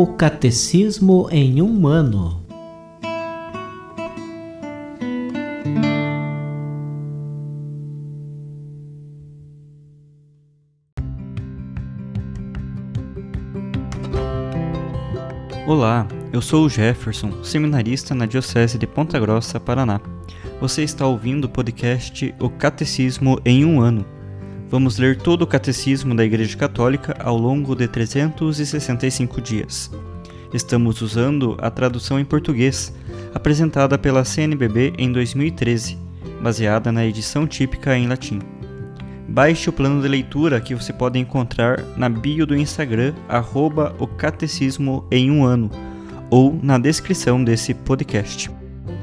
O Catecismo em um ano. Olá, eu sou o Jefferson, seminarista na Diocese de Ponta Grossa, Paraná. Você está ouvindo o podcast O Catecismo em um ano. Vamos ler todo o Catecismo da Igreja Católica ao longo de 365 dias. Estamos usando a tradução em português, apresentada pela CNBB em 2013, baseada na edição típica em latim. Baixe o plano de leitura que você pode encontrar na bio do Instagram, @o Catecismo em um ano, ou na descrição desse podcast.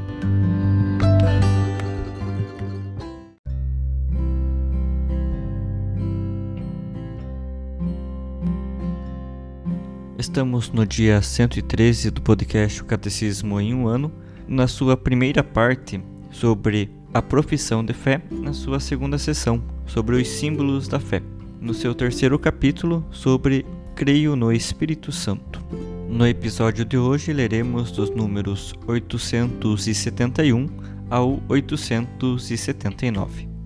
Estamos no dia 113 do podcast O Catecismo em um ano, na sua primeira parte sobre a profissão de fé, na sua segunda sessão sobre os símbolos da fé, no seu terceiro capítulo sobre Creio no Espírito Santo. No episódio de hoje leremos dos números 871 ao 879.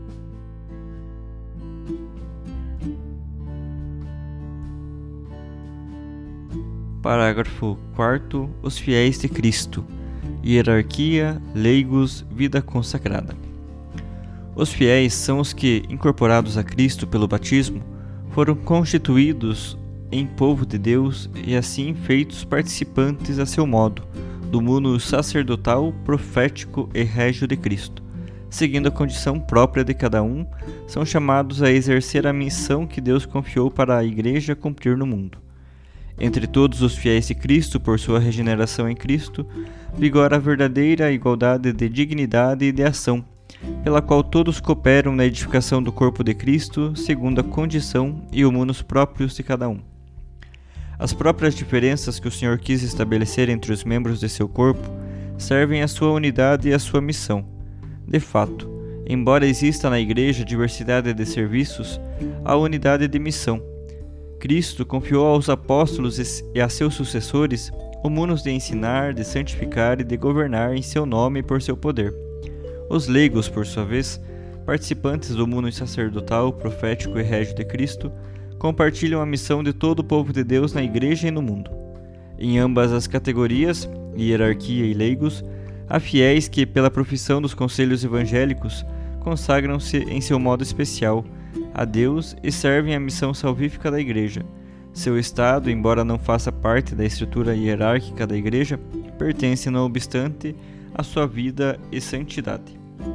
Parágrafo 4º. Os fiéis de Cristo. Hierarquia, leigos, vida consagrada. Os fiéis são os que, incorporados a Cristo pelo batismo, foram constituídos em povo de Deus e assim feitos participantes a seu modo do mundo sacerdotal, profético e régio de Cristo. Seguindo a condição própria de cada um, são chamados a exercer a missão que Deus confiou para a Igreja cumprir no mundo. Entre todos os fiéis de Cristo, por sua regeneração em Cristo, vigora a verdadeira igualdade de dignidade e de ação, pela qual todos cooperam na edificação do corpo de Cristo, segundo a condição e humanos próprios de cada um. As próprias diferenças que o Senhor quis estabelecer entre os membros de seu corpo servem à sua unidade e à sua missão. De fato, embora exista na Igreja diversidade de serviços, há unidade de missão. Cristo confiou aos apóstolos e a seus sucessores o munos de ensinar, de santificar e de governar em seu nome e por seu poder. Os leigos, por sua vez, participantes do mundo sacerdotal, profético e régio de Cristo, compartilham a missão de todo o povo de Deus na Igreja e no mundo. Em ambas as categorias, hierarquia e leigos, há fiéis que, pela profissão dos conselhos evangélicos, consagram-se em seu modo especial a Deus e servem a missão salvífica da Igreja. Seu estado, embora não faça parte da estrutura hierárquica da Igreja, pertence, não obstante, à sua vida e santidade.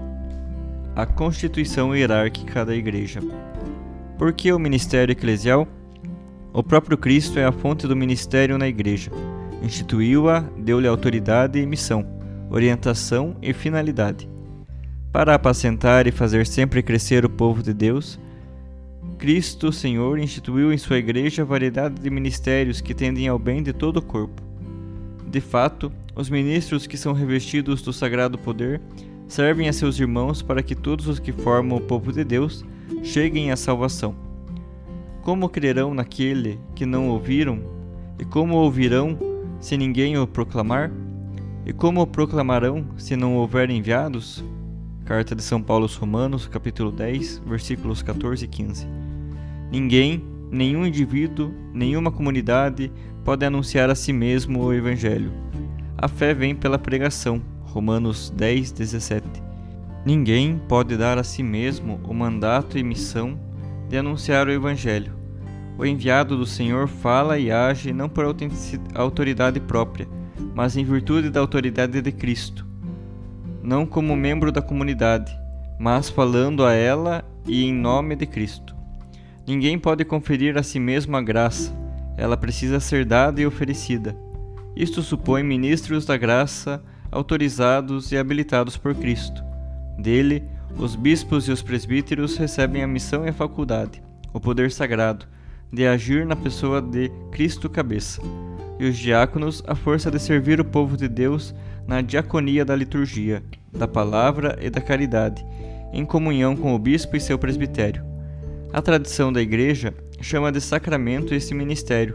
A constituição hierárquica da Igreja. Por que o ministério eclesial? O próprio Cristo é a fonte do ministério na Igreja. Instituiu-a, deu-lhe autoridade e missão, orientação e finalidade. Para apacentar e fazer sempre crescer o povo de Deus, Cristo, Senhor, instituiu em sua Igreja variedade de ministérios que tendem ao bem de todo o corpo. De fato, os ministros que são revestidos do sagrado poder servem a seus irmãos para que todos os que formam o povo de Deus cheguem à salvação. Como crerão naquele que não ouviram? E como ouvirão se ninguém o proclamar? E como o proclamarão se não houver enviados? Carta de São Paulo aos Romanos, capítulo 10, versículos 14 e 15. Ninguém, nenhum indivíduo, nenhuma comunidade pode anunciar a si mesmo o Evangelho. A fé vem pela pregação, Romanos 10, 17. Ninguém pode dar a si mesmo o mandato e missão de anunciar o Evangelho. O enviado do Senhor fala e age não por autoridade própria, mas em virtude da autoridade de Cristo. Não como membro da comunidade, mas falando a ela e em nome de Cristo. Ninguém pode conferir a si mesmo a graça, ela precisa ser dada e oferecida. Isto supõe ministros da graça, autorizados e habilitados por Cristo. Dele, os bispos e os presbíteros recebem a missão e a faculdade, o poder sagrado, de agir na pessoa de Cristo cabeça, e os diáconos a força de servir o povo de Deus na diaconia da liturgia, da palavra e da caridade, em comunhão com o bispo e seu presbitério. A tradição da Igreja chama de sacramento esse ministério,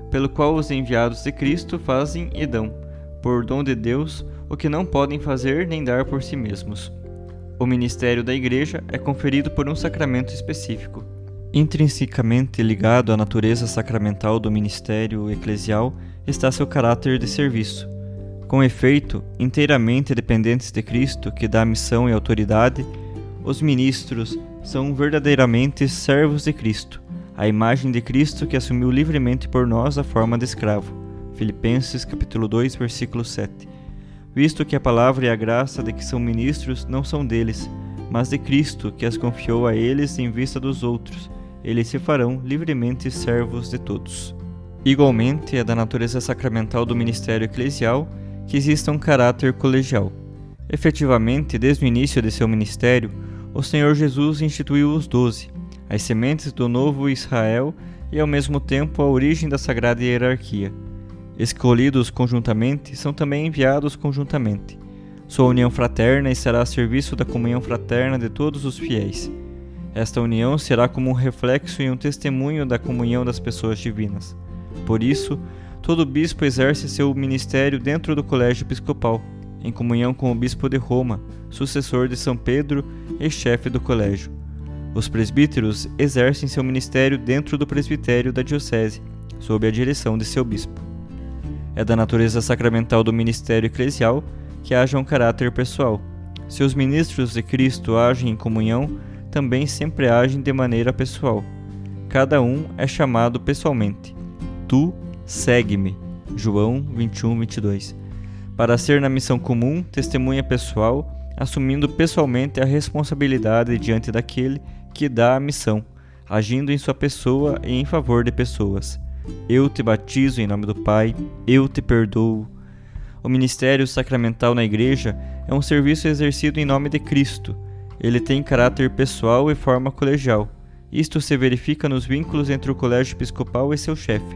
pelo qual os enviados de Cristo fazem e dão, por dom de Deus, o que não podem fazer nem dar por si mesmos. O ministério da Igreja é conferido por um sacramento específico. Intrinsecamente ligado à natureza sacramental do ministério eclesial está seu caráter de serviço. Com efeito, inteiramente dependentes de Cristo, que dá missão e autoridade, os ministros são verdadeiramente servos de Cristo, a imagem de Cristo que assumiu livremente por nós a forma de escravo. Filipenses capítulo 2, versículo 7. Visto que a palavra e a graça de que são ministros não são deles, mas de Cristo, que as confiou a eles em vista dos outros, eles se farão livremente servos de todos. Igualmente, é da natureza sacramental do ministério eclesial que exista um caráter colegial. Efetivamente, desde o início de seu ministério, o Senhor Jesus instituiu os 12, as sementes do novo Israel e, ao mesmo tempo, a origem da sagrada hierarquia. Escolhidos conjuntamente, são também enviados conjuntamente. Sua união fraterna estará a serviço da comunhão fraterna de todos os fiéis. Esta união será como um reflexo e um testemunho da comunhão das pessoas divinas. Por isso, todo bispo exerce seu ministério dentro do colégio episcopal, em comunhão com o bispo de Roma, sucessor de São Pedro e chefe do colégio. Os presbíteros exercem seu ministério dentro do presbitério da diocese, sob a direção de seu bispo. É da natureza sacramental do ministério eclesial que haja um caráter pessoal. Se os ministros de Cristo agem em comunhão, também sempre agem de maneira pessoal. Cada um é chamado pessoalmente. Tu, segue-me. João 21, 22. Para ser na missão comum, testemunha pessoal, assumindo pessoalmente a responsabilidade diante daquele que dá a missão, agindo em sua pessoa e em favor de pessoas. Eu te batizo em nome do Pai, eu te perdoo. O ministério sacramental na Igreja é um serviço exercido em nome de Cristo. Ele tem caráter pessoal e forma colegial. Isto se verifica nos vínculos entre o colégio episcopal e seu chefe,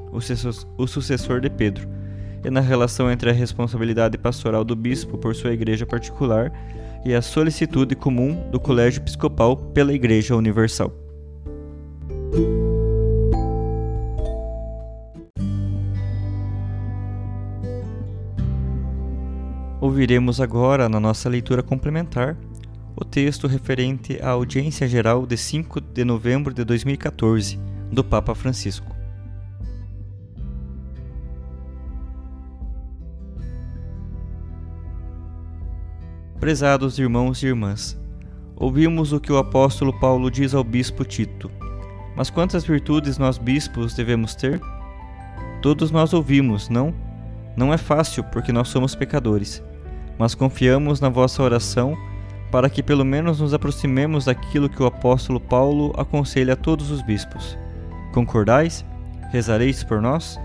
o sucessor de Pedro, e na relação entre a responsabilidade pastoral do bispo por sua igreja particular e a solicitude comum do colégio episcopal pela Igreja Universal. Ouviremos agora, na nossa leitura complementar, o texto referente à audiência geral de 5 de novembro de 2014, do Papa Francisco. Prezados irmãos e irmãs, ouvimos o que o apóstolo Paulo diz ao bispo Tito. Mas quantas virtudes nós bispos devemos ter? Todos nós ouvimos, não? Não é fácil, porque nós somos pecadores, mas confiamos na vossa oração para que pelo menos nos aproximemos daquilo que o apóstolo Paulo aconselha a todos os bispos. Concordais? Rezareis por nós?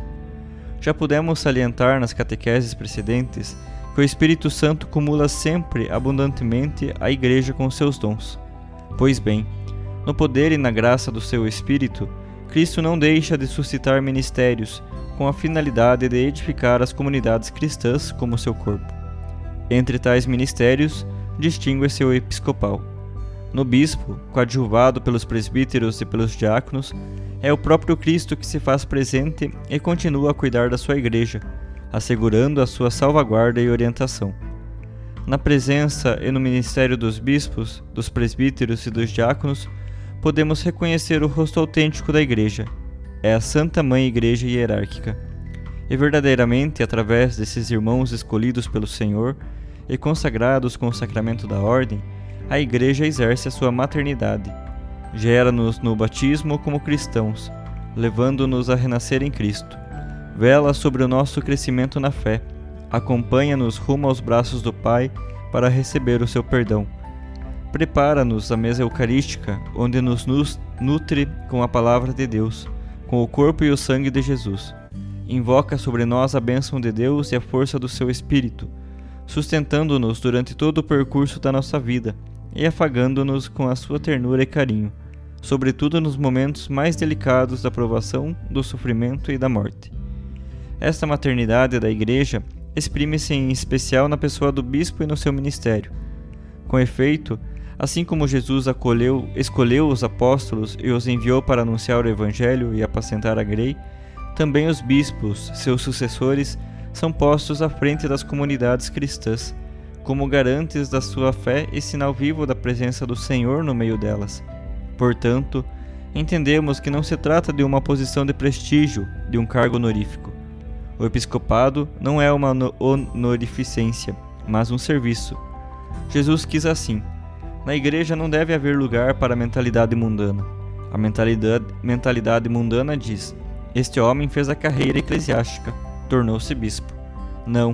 Já pudemos salientar nas catequeses precedentes que o Espírito Santo cumula sempre abundantemente a Igreja com seus dons. Pois bem, no poder e na graça do seu Espírito, Cristo não deixa de suscitar ministérios com a finalidade de edificar as comunidades cristãs como seu corpo. Entre tais ministérios, distingue-se o episcopal. No bispo, coadjuvado pelos presbíteros e pelos diáconos, é o próprio Cristo que se faz presente e continua a cuidar da sua Igreja, assegurando a sua salvaguarda e orientação. Na presença e no ministério dos bispos, dos presbíteros e dos diáconos, podemos reconhecer o rosto autêntico da Igreja. É a Santa Mãe Igreja Hierárquica. E verdadeiramente, através desses irmãos escolhidos pelo Senhor e consagrados com o sacramento da ordem, a Igreja exerce a sua maternidade. Gera-nos no batismo como cristãos, levando-nos a renascer em Cristo. Vela sobre o nosso crescimento na fé, acompanha-nos rumo aos braços do Pai para receber o seu perdão. Prepara-nos a mesa eucarística, onde nos nutre com a palavra de Deus, com o corpo e o sangue de Jesus. Invoca sobre nós a bênção de Deus e a força do seu Espírito, sustentando-nos durante todo o percurso da nossa vida e afagando-nos com a sua ternura e carinho, sobretudo nos momentos mais delicados da provação, do sofrimento e da morte. Esta maternidade da Igreja exprime-se em especial na pessoa do bispo e no seu ministério. Com efeito, assim como Jesus escolheu os apóstolos e os enviou para anunciar o Evangelho e apacentar a grei, também os bispos, seus sucessores, são postos à frente das comunidades cristãs, como garantes da sua fé e sinal vivo da presença do Senhor no meio delas. Portanto, entendemos que não se trata de uma posição de prestígio, de um cargo honorífico. O episcopado não é uma honorificência, mas um serviço. Jesus quis assim. Na igreja não deve haver lugar para a mentalidade mundana. A mentalidade mundana diz: este homem fez a carreira eclesiástica, tornou-se bispo. Não.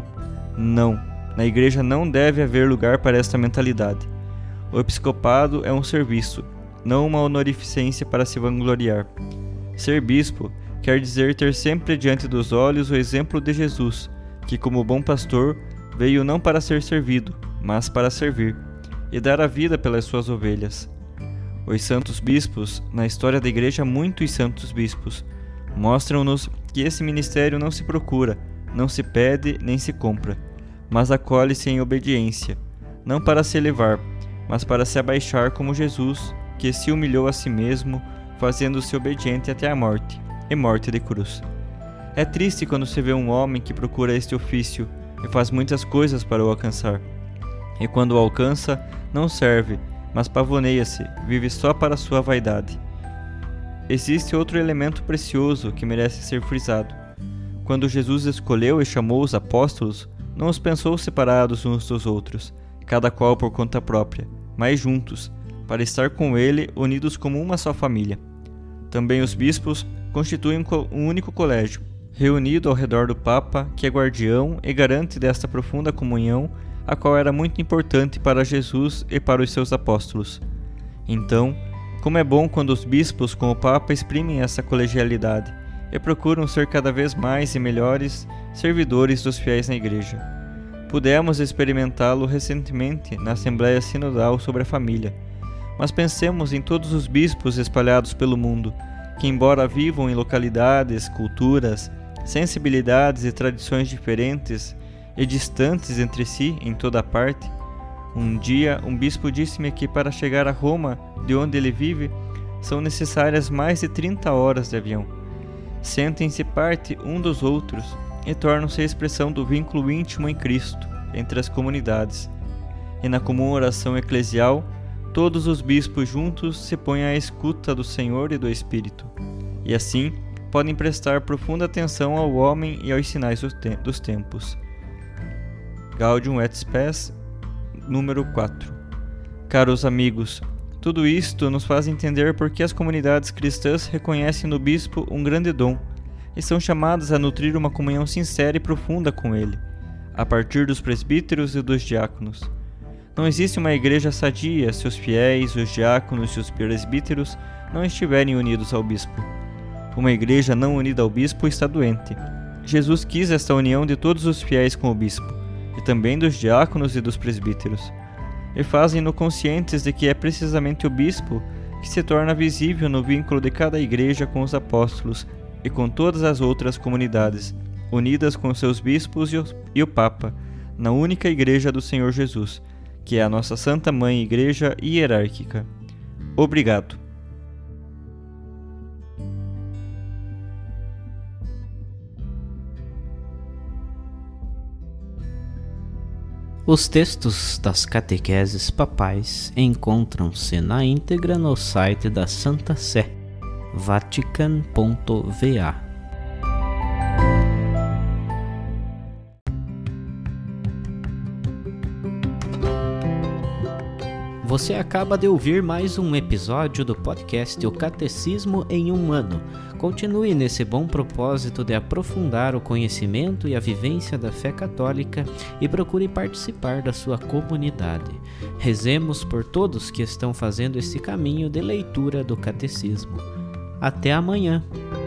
Na igreja não deve haver lugar para esta mentalidade. O episcopado é um serviço, não uma honorificência para se vangloriar. Ser bispo quer dizer ter sempre diante dos olhos o exemplo de Jesus, que como bom pastor veio não para ser servido, mas para servir, e dar a vida pelas suas ovelhas. Os santos bispos, na história da igreja muitos santos bispos, mostram-nos que esse ministério não se procura, não se pede nem se compra, mas acolhe-se em obediência, não para se elevar, mas para se abaixar como Jesus, que se humilhou a si mesmo, fazendo-se obediente até a morte, e morte de cruz. É triste quando se vê um homem que procura este ofício e faz muitas coisas para o alcançar. E quando o alcança, não serve, mas pavoneia-se, vive só para sua vaidade. Existe outro elemento precioso que merece ser frisado. Quando Jesus escolheu e chamou os apóstolos, não os pensou separados uns dos outros, cada qual por conta própria, mas juntos, para estar com ele unidos como uma só família. Também os bispos constituem um único colégio, reunido ao redor do Papa, que é guardião e garante desta profunda comunhão, a qual era muito importante para Jesus e para os seus apóstolos. Então, como é bom quando os bispos com o Papa exprimem essa colegialidade e procuram ser cada vez mais e melhores servidores dos fiéis na Igreja. Pudemos experimentá-lo recentemente na Assembleia Sinodal sobre a Família, mas pensemos em todos os bispos espalhados pelo mundo, que embora vivam em localidades, culturas, sensibilidades e tradições diferentes e distantes entre si em toda parte, um dia um bispo disse-me que para chegar a Roma, de onde ele vive, são necessárias mais de 30 horas de avião. Sentem-se parte um dos outros e tornam-se a expressão do vínculo íntimo em Cristo entre as comunidades. E na comum oração eclesial, todos os bispos juntos se põem à escuta do Senhor e do Espírito, e assim podem prestar profunda atenção ao homem e aos sinais dos tempos. Gaudium et Spes, número 4. Caros amigos, tudo isto nos faz entender por que as comunidades cristãs reconhecem no bispo um grande dom e são chamadas a nutrir uma comunhão sincera e profunda com ele, a partir dos presbíteros e dos diáconos. Não existe uma igreja sadia se os fiéis, os diáconos e os presbíteros não estiverem unidos ao bispo. Uma igreja não unida ao bispo está doente. Jesus quis esta união de todos os fiéis com o bispo, e também dos diáconos e dos presbíteros, e fazem-no conscientes de que é precisamente o bispo que se torna visível no vínculo de cada igreja com os apóstolos e com todas as outras comunidades, unidas com seus bispos e o Papa, na única igreja do Senhor Jesus, que é a nossa Santa Mãe Igreja Hierárquica. Obrigado. Os textos das catequeses papais encontram-se na íntegra no site da Santa Sé, vatican.va. Você acaba de ouvir mais um episódio do podcast O Catecismo em um Ano. Continue nesse bom propósito de aprofundar o conhecimento e a vivência da fé católica e procure participar da sua comunidade. Rezemos por todos que estão fazendo esse caminho de leitura do Catecismo. Até amanhã!